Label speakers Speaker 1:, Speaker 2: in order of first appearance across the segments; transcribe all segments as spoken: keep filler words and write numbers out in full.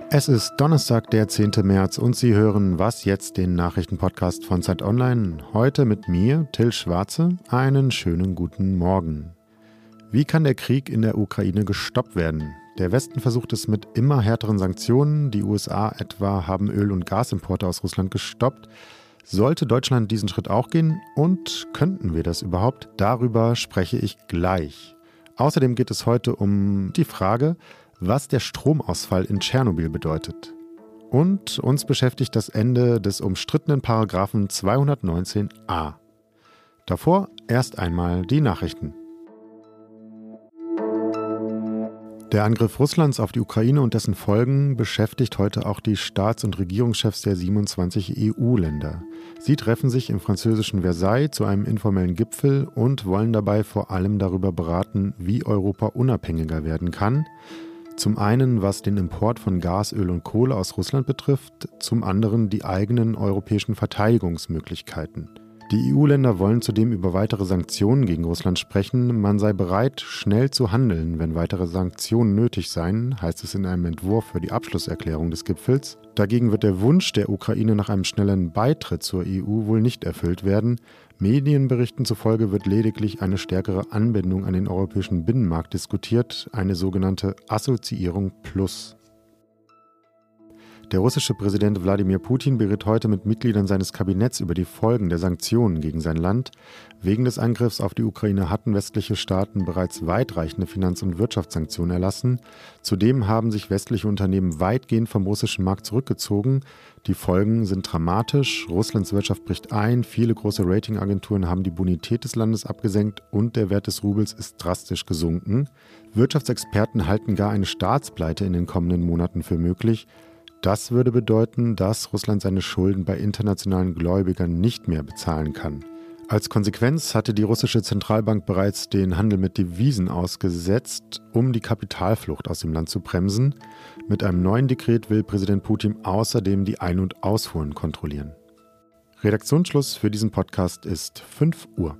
Speaker 1: Es ist Donnerstag, der zehnten März und Sie hören Was jetzt, den Nachrichtenpodcast von Zeit Online. Heute mit mir, Till Schwarze. Einen schönen guten Morgen. Wie kann der Krieg in der Ukraine gestoppt werden? Der Westen versucht es mit immer härteren Sanktionen. Die U S A etwa haben Öl- und Gasimporte aus Russland gestoppt. Sollte Deutschland diesen Schritt auch gehen? Und könnten wir das überhaupt? Darüber spreche ich gleich. Außerdem geht es heute um die Frage, was der Stromausfall in Tschernobyl bedeutet. Und uns beschäftigt das Ende des umstrittenen Paragraphen zweihundertneunzehn a. Davor erst einmal die Nachrichten. Der Angriff Russlands auf die Ukraine und dessen Folgen beschäftigt heute auch die Staats- und Regierungschefs der siebenundzwanzig E U-Länder. Sie treffen sich im französischen Versailles zu einem informellen Gipfel und wollen dabei vor allem darüber beraten, wie Europa unabhängiger werden kann. Zum einen, was den Import von Gas, Öl und Kohle aus Russland betrifft, zum anderen die eigenen europäischen Verteidigungsmöglichkeiten. Die E U-Länder wollen zudem über weitere Sanktionen gegen Russland sprechen. Man sei bereit, schnell zu handeln, wenn weitere Sanktionen nötig seien, heißt es in einem Entwurf für die Abschlusserklärung des Gipfels. Dagegen wird der Wunsch der Ukraine nach einem schnellen Beitritt zur E U wohl nicht erfüllt werden. Medienberichten zufolge wird lediglich eine stärkere Anbindung an den europäischen Binnenmarkt diskutiert, eine sogenannte Assoziierung Plus. Der russische Präsident Wladimir Putin berät heute mit Mitgliedern seines Kabinetts über die Folgen der Sanktionen gegen sein Land. Wegen des Angriffs auf die Ukraine hatten westliche Staaten bereits weitreichende Finanz- und Wirtschaftssanktionen erlassen. Zudem haben sich westliche Unternehmen weitgehend vom russischen Markt zurückgezogen. Die Folgen sind dramatisch. Russlands Wirtschaft bricht ein, viele große Ratingagenturen haben die Bonität des Landes abgesenkt und der Wert des Rubels ist drastisch gesunken. Wirtschaftsexperten halten gar eine Staatspleite in den kommenden Monaten für möglich. Das würde bedeuten, dass Russland seine Schulden bei internationalen Gläubigern nicht mehr bezahlen kann. Als Konsequenz hatte die russische Zentralbank bereits den Handel mit Devisen ausgesetzt, um die Kapitalflucht aus dem Land zu bremsen. Mit einem neuen Dekret will Präsident Putin außerdem die Ein- und Ausfuhren kontrollieren. Redaktionsschluss für diesen Podcast ist fünf Uhr.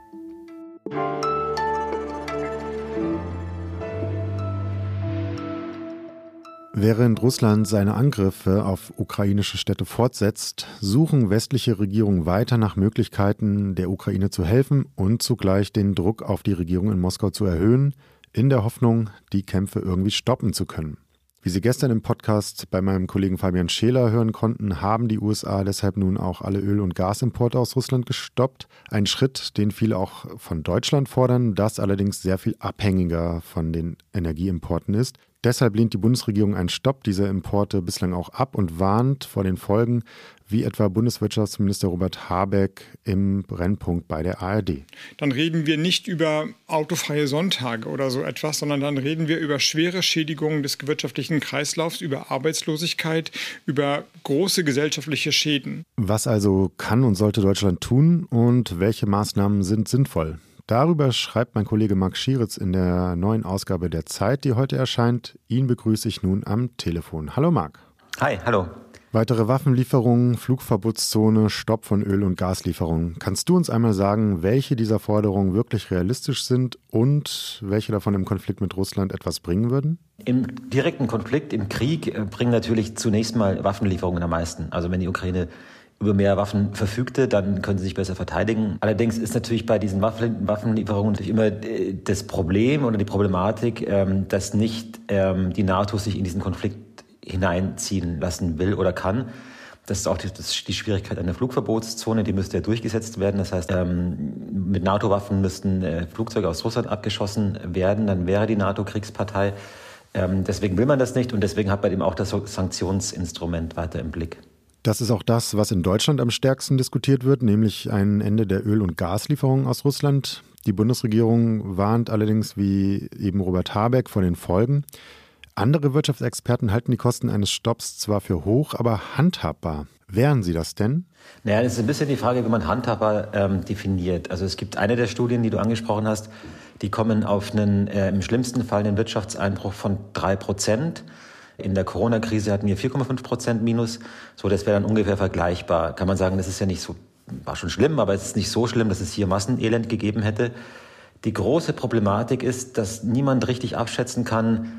Speaker 1: Während Russland seine Angriffe auf ukrainische Städte fortsetzt, suchen westliche Regierungen weiter nach Möglichkeiten, der Ukraine zu helfen und zugleich den Druck auf die Regierung in Moskau zu erhöhen, in der Hoffnung, die Kämpfe irgendwie stoppen zu können. Wie Sie gestern im Podcast bei meinem Kollegen Fabian Scheler hören konnten, haben die U S A deshalb nun auch alle Öl- und Gasimporte aus Russland gestoppt. Ein Schritt, den viele auch von Deutschland fordern, das allerdings sehr viel abhängiger von den Energieimporten ist. Deshalb lehnt die Bundesregierung einen Stopp dieser Importe bislang auch ab und warnt vor den Folgen, wie etwa Bundeswirtschaftsminister Robert Habeck im Brennpunkt bei der A R D.
Speaker 2: Dann reden wir nicht über autofreie Sonntage oder so etwas, sondern dann reden wir über schwere Schädigungen des wirtschaftlichen Kreislaufs, über Arbeitslosigkeit, über große gesellschaftliche Schäden.
Speaker 1: Was also kann und sollte Deutschland tun und welche Maßnahmen sind sinnvoll? Darüber schreibt mein Kollege Marc Schieritz in der neuen Ausgabe der Zeit, die heute erscheint. Ihn begrüße ich nun am Telefon. Hallo Marc.
Speaker 3: Hi, hallo.
Speaker 1: Weitere Waffenlieferungen, Flugverbotszone, Stopp von Öl- und Gaslieferungen. Kannst du uns einmal sagen, welche dieser Forderungen wirklich realistisch sind und welche davon im Konflikt mit Russland etwas bringen würden?
Speaker 3: Im direkten Konflikt, im Krieg, bringen natürlich zunächst mal Waffenlieferungen am meisten. Also wenn die Ukraine über mehr Waffen verfügte, dann können sie sich besser verteidigen. Allerdings ist natürlich bei diesen Waffen, Waffenlieferungen natürlich immer das Problem oder die Problematik, dass nicht die NATO sich in diesen Konflikt hineinziehen lassen will oder kann. Das ist auch die, das die Schwierigkeit einer Flugverbotszone, die müsste ja durchgesetzt werden. Das heißt, mit NATO-Waffen müssten Flugzeuge aus Russland abgeschossen werden, dann wäre die NATO Kriegspartei. Deswegen will man das nicht und deswegen hat man eben auch das Sanktionsinstrument weiter im Blick.
Speaker 1: Das ist auch das, was in Deutschland am stärksten diskutiert wird, nämlich ein Ende der Öl- und Gaslieferungen aus Russland. Die Bundesregierung warnt allerdings, wie eben Robert Habeck, vor den Folgen. Andere Wirtschaftsexperten halten die Kosten eines Stopps zwar für hoch, aber handhabbar. Wären sie das denn?
Speaker 3: Naja, das ist ein bisschen die Frage, wie man handhabbar ähm, definiert. Also es gibt eine der Studien, die du angesprochen hast, die kommen auf einen äh, im schlimmsten Fall einen Wirtschaftseinbruch von drei Prozent. In der Corona-Krise hatten wir vier Komma fünf Prozent Minus. So, das wäre dann ungefähr vergleichbar. Kann man sagen, das ist ja nicht so, war schon schlimm, aber es ist nicht so schlimm, dass es hier Massenelend gegeben hätte. Die große Problematik ist, dass niemand richtig abschätzen kann,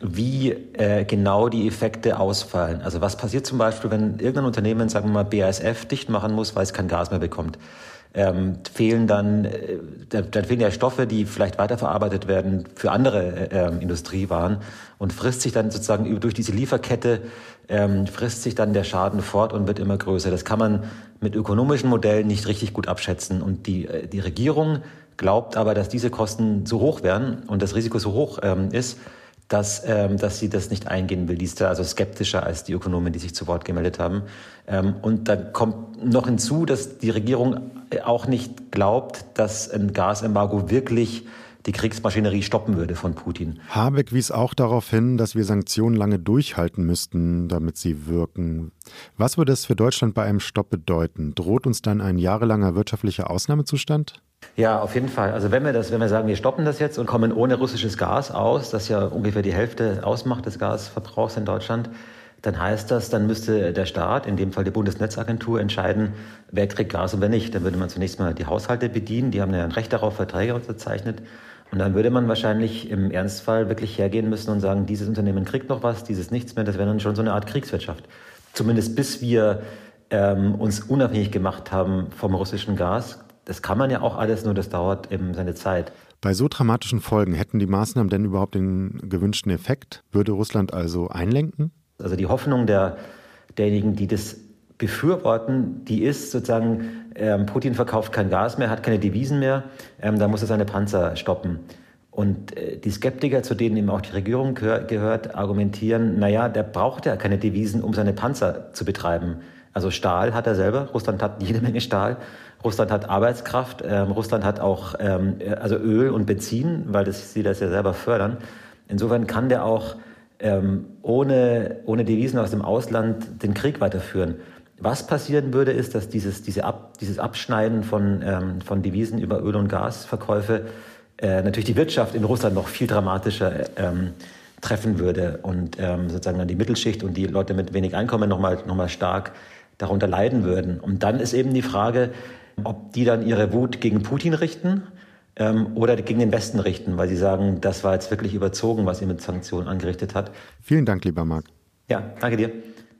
Speaker 3: wie äh, genau die Effekte ausfallen. Also was passiert zum Beispiel, wenn irgendein Unternehmen, sagen wir mal B A S F, dicht machen muss, weil es kein Gas mehr bekommt. Ähm, fehlen dann, äh, dann fehlen ja Stoffe, die vielleicht weiterverarbeitet werden für andere äh, Industriewaren und frisst sich dann sozusagen durch diese Lieferkette, ähm, frisst sich dann der Schaden fort und wird immer größer. Das kann man mit ökonomischen Modellen nicht richtig gut abschätzen. Und die, die Regierung glaubt aber, dass diese Kosten so hoch werden und das Risiko so hoch ähm, ist, dass, ähm, dass sie das nicht eingehen will. Die ist da also skeptischer als die Ökonomen, die sich zu Wort gemeldet haben. Ähm, und dann kommt noch hinzu, dass die Regierung auch nicht glaubt, dass ein Gasembargo wirklich die Kriegsmaschinerie stoppen würde von Putin.
Speaker 1: Habeck wies auch darauf hin, dass wir Sanktionen lange durchhalten müssten, damit sie wirken. Was würde es für Deutschland bei einem Stopp bedeuten? Droht uns dann ein jahrelanger wirtschaftlicher Ausnahmezustand?
Speaker 3: Ja, auf jeden Fall. Also wenn wir das, wenn wir sagen, wir stoppen das jetzt und kommen ohne russisches Gas aus, das ja ungefähr die Hälfte ausmacht des Gasverbrauchs in Deutschland, dann heißt das, dann müsste der Staat, in dem Fall die Bundesnetzagentur, entscheiden, wer kriegt Gas und wer nicht. Dann würde man zunächst mal die Haushalte bedienen, die haben ja ein Recht darauf, Verträge unterzeichnet. Und dann würde man wahrscheinlich im Ernstfall wirklich hergehen müssen und sagen, dieses Unternehmen kriegt noch was, dieses nichts mehr. Das wäre dann schon so eine Art Kriegswirtschaft. Zumindest bis wir ähm, uns unabhängig gemacht haben vom russischen Gas. Das kann man ja auch alles, nur das dauert eben seine Zeit.
Speaker 1: Bei so dramatischen Folgen hätten die Maßnahmen denn überhaupt den gewünschten Effekt? Würde Russland also einlenken?
Speaker 3: Also die Hoffnung der, derjenigen, die das befürworten, die ist sozusagen, ähm, Putin verkauft kein Gas mehr, hat keine Devisen mehr, ähm, da muss er seine Panzer stoppen. Und äh, die Skeptiker, zu denen eben auch die Regierung gehör, gehört, argumentieren, naja, der braucht ja keine Devisen, um seine Panzer zu betreiben. Also Stahl hat er selber, Russland hat jede Menge Stahl, Russland hat Arbeitskraft, ähm, Russland hat auch ähm, also Öl und Benzin, weil das, sie das ja selber fördern. Insofern kann der auch ähm, ohne, ohne Devisen aus dem Ausland den Krieg weiterführen. Was passieren würde, ist, dass dieses, diese Ab, dieses Abschneiden von, ähm, von Devisen über Öl- und Gasverkäufe äh, natürlich die Wirtschaft in Russland noch viel dramatischer ähm, treffen würde und ähm, sozusagen dann die Mittelschicht und die Leute mit wenig Einkommen nochmal noch mal stark darunter leiden würden. Und dann ist eben die Frage, ob die dann ihre Wut gegen Putin richten ähm, oder gegen den Westen richten, weil sie sagen, das war jetzt wirklich überzogen, was ihr mit Sanktionen angerichtet hat.
Speaker 1: Vielen Dank, lieber Marc.
Speaker 3: Ja, danke dir.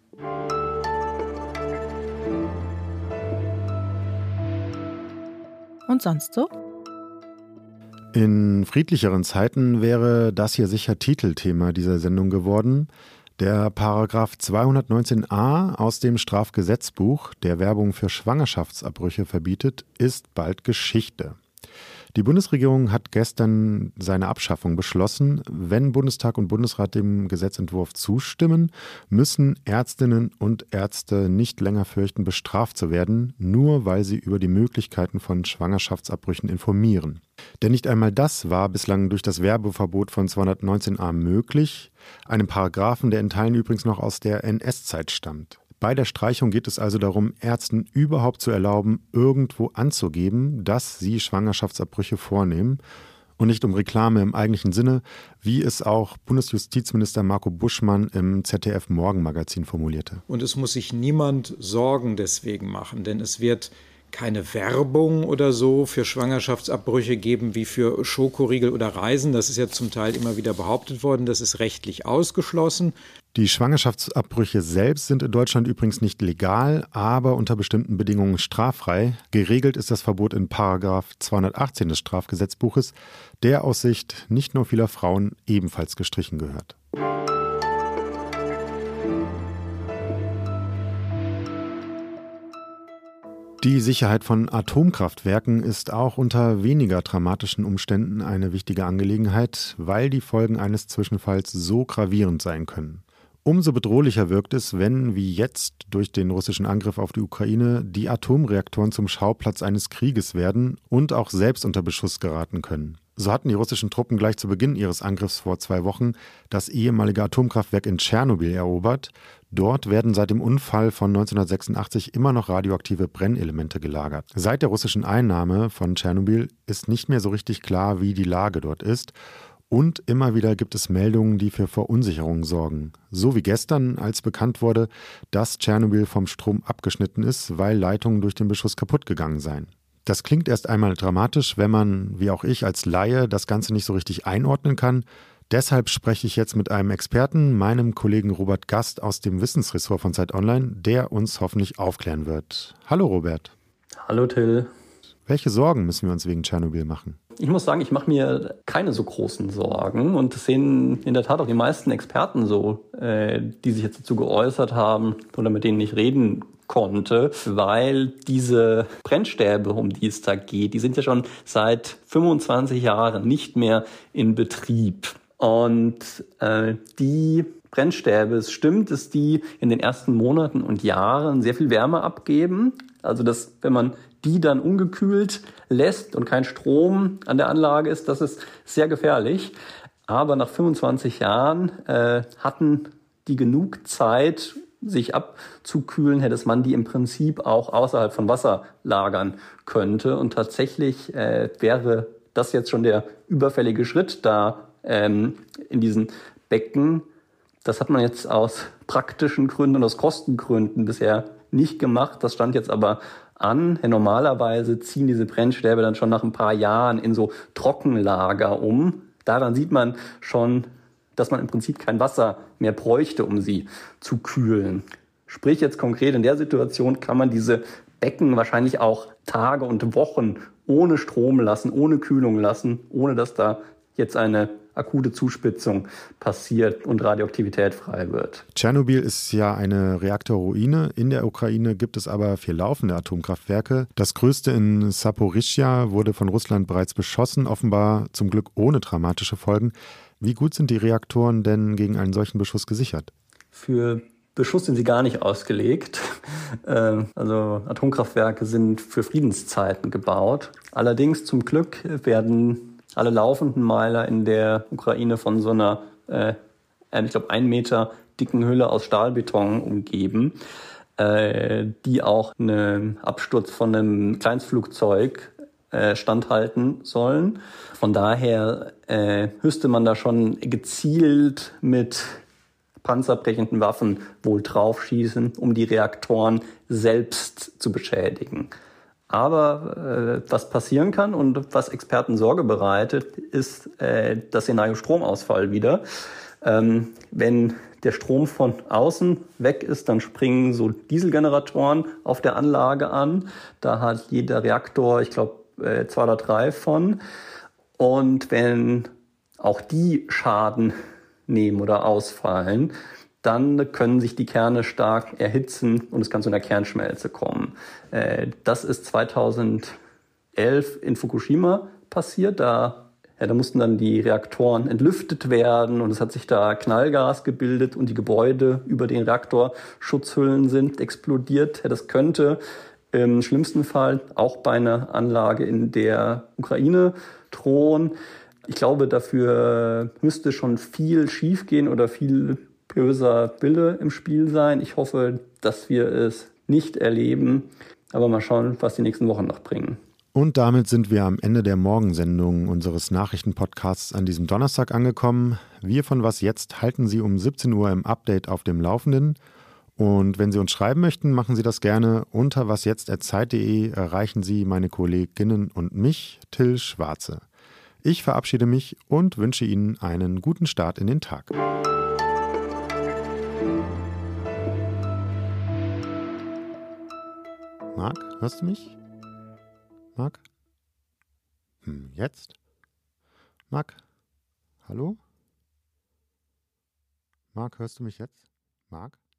Speaker 4: Und sonst so?
Speaker 1: In friedlicheren Zeiten wäre das hier sicher Titelthema dieser Sendung geworden. Der Paragraph zweihundertneunzehn a aus dem Strafgesetzbuch, der Werbung für Schwangerschaftsabbrüche verbietet, ist bald Geschichte. Die Bundesregierung hat gestern seine Abschaffung beschlossen. Wenn Bundestag und Bundesrat dem Gesetzentwurf zustimmen, müssen Ärztinnen und Ärzte nicht länger fürchten, bestraft zu werden, nur weil sie über die Möglichkeiten von Schwangerschaftsabbrüchen informieren. Denn nicht einmal das war bislang durch das Werbeverbot von zweihundertneunzehn a möglich, einem Paragraphen, der in Teilen übrigens noch aus der N S-Zeit stammt. Bei der Streichung geht es also darum, Ärzten überhaupt zu erlauben, irgendwo anzugeben, dass sie Schwangerschaftsabbrüche vornehmen und nicht um Reklame im eigentlichen Sinne, wie es auch Bundesjustizminister Marco Buschmann im Z D F-Morgenmagazin formulierte.
Speaker 5: Und es muss sich niemand Sorgen deswegen machen, denn es wird keine Werbung oder so für Schwangerschaftsabbrüche geben wie für Schokoriegel oder Reisen. Das ist ja zum Teil immer wieder behauptet worden. Das ist rechtlich ausgeschlossen.
Speaker 1: Die Schwangerschaftsabbrüche selbst sind in Deutschland übrigens nicht legal, aber unter bestimmten Bedingungen straffrei. Geregelt ist das Verbot in Paragraph zweihundertachtzehn des Strafgesetzbuches, der aus Sicht nicht nur vieler Frauen ebenfalls gestrichen gehört. Die Sicherheit von Atomkraftwerken ist auch unter weniger dramatischen Umständen eine wichtige Angelegenheit, weil die Folgen eines Zwischenfalls so gravierend sein können. Umso bedrohlicher wirkt es, wenn, wie jetzt durch den russischen Angriff auf die Ukraine, die Atomreaktoren zum Schauplatz eines Krieges werden und auch selbst unter Beschuss geraten können. So hatten die russischen Truppen gleich zu Beginn ihres Angriffs vor zwei Wochen das ehemalige Atomkraftwerk in Tschernobyl erobert. Dort werden seit dem Unfall von neunzehnhundertsechsundachtzig immer noch radioaktive Brennelemente gelagert. Seit der russischen Einnahme von Tschernobyl ist nicht mehr so richtig klar, wie die Lage dort ist. Und immer wieder gibt es Meldungen, die für Verunsicherung sorgen. So wie gestern, als bekannt wurde, dass Tschernobyl vom Strom abgeschnitten ist, weil Leitungen durch den Beschuss kaputt gegangen seien. Das klingt erst einmal dramatisch, wenn man, wie auch ich als Laie, das Ganze nicht so richtig einordnen kann. Deshalb spreche ich jetzt mit einem Experten, meinem Kollegen Robert Gast aus dem Wissensressort von Zeit Online, der uns hoffentlich aufklären wird. Hallo Robert.
Speaker 4: Hallo Till.
Speaker 1: Welche Sorgen müssen wir uns wegen Tschernobyl machen?
Speaker 4: Ich muss sagen, ich mache mir keine so großen Sorgen und das sehen in der Tat auch die meisten Experten so, äh, die sich jetzt dazu geäußert haben oder mit denen ich reden konnte, weil diese Brennstäbe, um die es da geht, die sind ja schon seit fünfundzwanzig Jahren nicht mehr in Betrieb. Und äh, die Brennstäbe, es stimmt, dass die in den ersten Monaten und Jahren sehr viel Wärme abgeben. Also dass, wenn man die dann ungekühlt lässt und kein Strom an der Anlage ist, das ist sehr gefährlich. Aber nach fünfundzwanzig Jahren äh, hatten die genug Zeit, sich abzukühlen, hätte man die im Prinzip auch außerhalb von Wasser lagern könnte. Und tatsächlich äh, wäre das jetzt schon der überfällige Schritt da ähm, in diesen Becken. Das hat man jetzt aus praktischen Gründen und aus Kostengründen bisher nicht gemacht. Das stand jetzt aber an. Normalerweise ziehen diese Brennstäbe dann schon nach ein paar Jahren in so Trockenlager um. Daran sieht man schon, dass man im Prinzip kein Wasser mehr bräuchte, um sie zu kühlen. Sprich jetzt konkret in der Situation kann man diese Becken wahrscheinlich auch Tage und Wochen ohne Strom lassen, ohne Kühlung lassen, ohne dass da jetzt eine akute Zuspitzung passiert und Radioaktivität frei wird.
Speaker 1: Tschernobyl ist ja eine Reaktorruine. In der Ukraine gibt es aber vier laufende Atomkraftwerke. Das größte in Saporischschja wurde von Russland bereits beschossen, offenbar zum Glück ohne dramatische Folgen. Wie gut sind die Reaktoren denn gegen einen solchen Beschuss gesichert?
Speaker 4: Für Beschuss sind sie gar nicht ausgelegt. Also Atomkraftwerke sind für Friedenszeiten gebaut. Allerdings zum Glück werden alle laufenden Meiler in der Ukraine von so einer, äh, ich glaube, ein Meter dicken Hülle aus Stahlbeton umgeben, äh, die auch einen Absturz von einem Kleinstflugzeug äh, standhalten sollen. Von daher äh, müsste man da schon gezielt mit panzerbrechenden Waffen wohl draufschießen, um die Reaktoren selbst zu beschädigen. Aber äh, was passieren kann und was Experten Sorge bereitet, ist äh, das Szenario Stromausfall wieder. Ähm, wenn der Strom von außen weg ist, dann springen so Dieselgeneratoren auf der Anlage an. Da hat jeder Reaktor, ich glaube, äh, zwei oder drei von. Und wenn auch die Schaden nehmen oder ausfallen, dann können sich die Kerne stark erhitzen und es kann zu einer Kernschmelze kommen. Das ist zweitausendelf in Fukushima passiert. Da, ja, da mussten dann die Reaktoren entlüftet werden und es hat sich da Knallgas gebildet und die Gebäude über den Reaktorschutzhüllen sind explodiert. Das könnte im schlimmsten Fall auch bei einer Anlage in der Ukraine drohen. Ich glaube, dafür müsste schon viel schiefgehen oder viel böser Wille im Spiel sein. Ich hoffe, dass wir es nicht erleben, aber mal schauen, was die nächsten Wochen noch bringen.
Speaker 1: Und damit sind wir am Ende der Morgensendung unseres Nachrichtenpodcasts an diesem Donnerstag angekommen. Wir von Was Jetzt halten Sie um siebzehn Uhr im Update auf dem Laufenden. Und wenn Sie uns schreiben möchten, machen Sie das gerne. Unter wasjetzt at zeit punkt de erreichen Sie meine Kolleginnen und mich, Till Schwarze. Ich verabschiede mich und wünsche Ihnen einen guten Start in den Tag. Marc, hörst du mich? Marc? Hm, jetzt? Marc? Hallo? Marc, hörst du mich jetzt? Marc?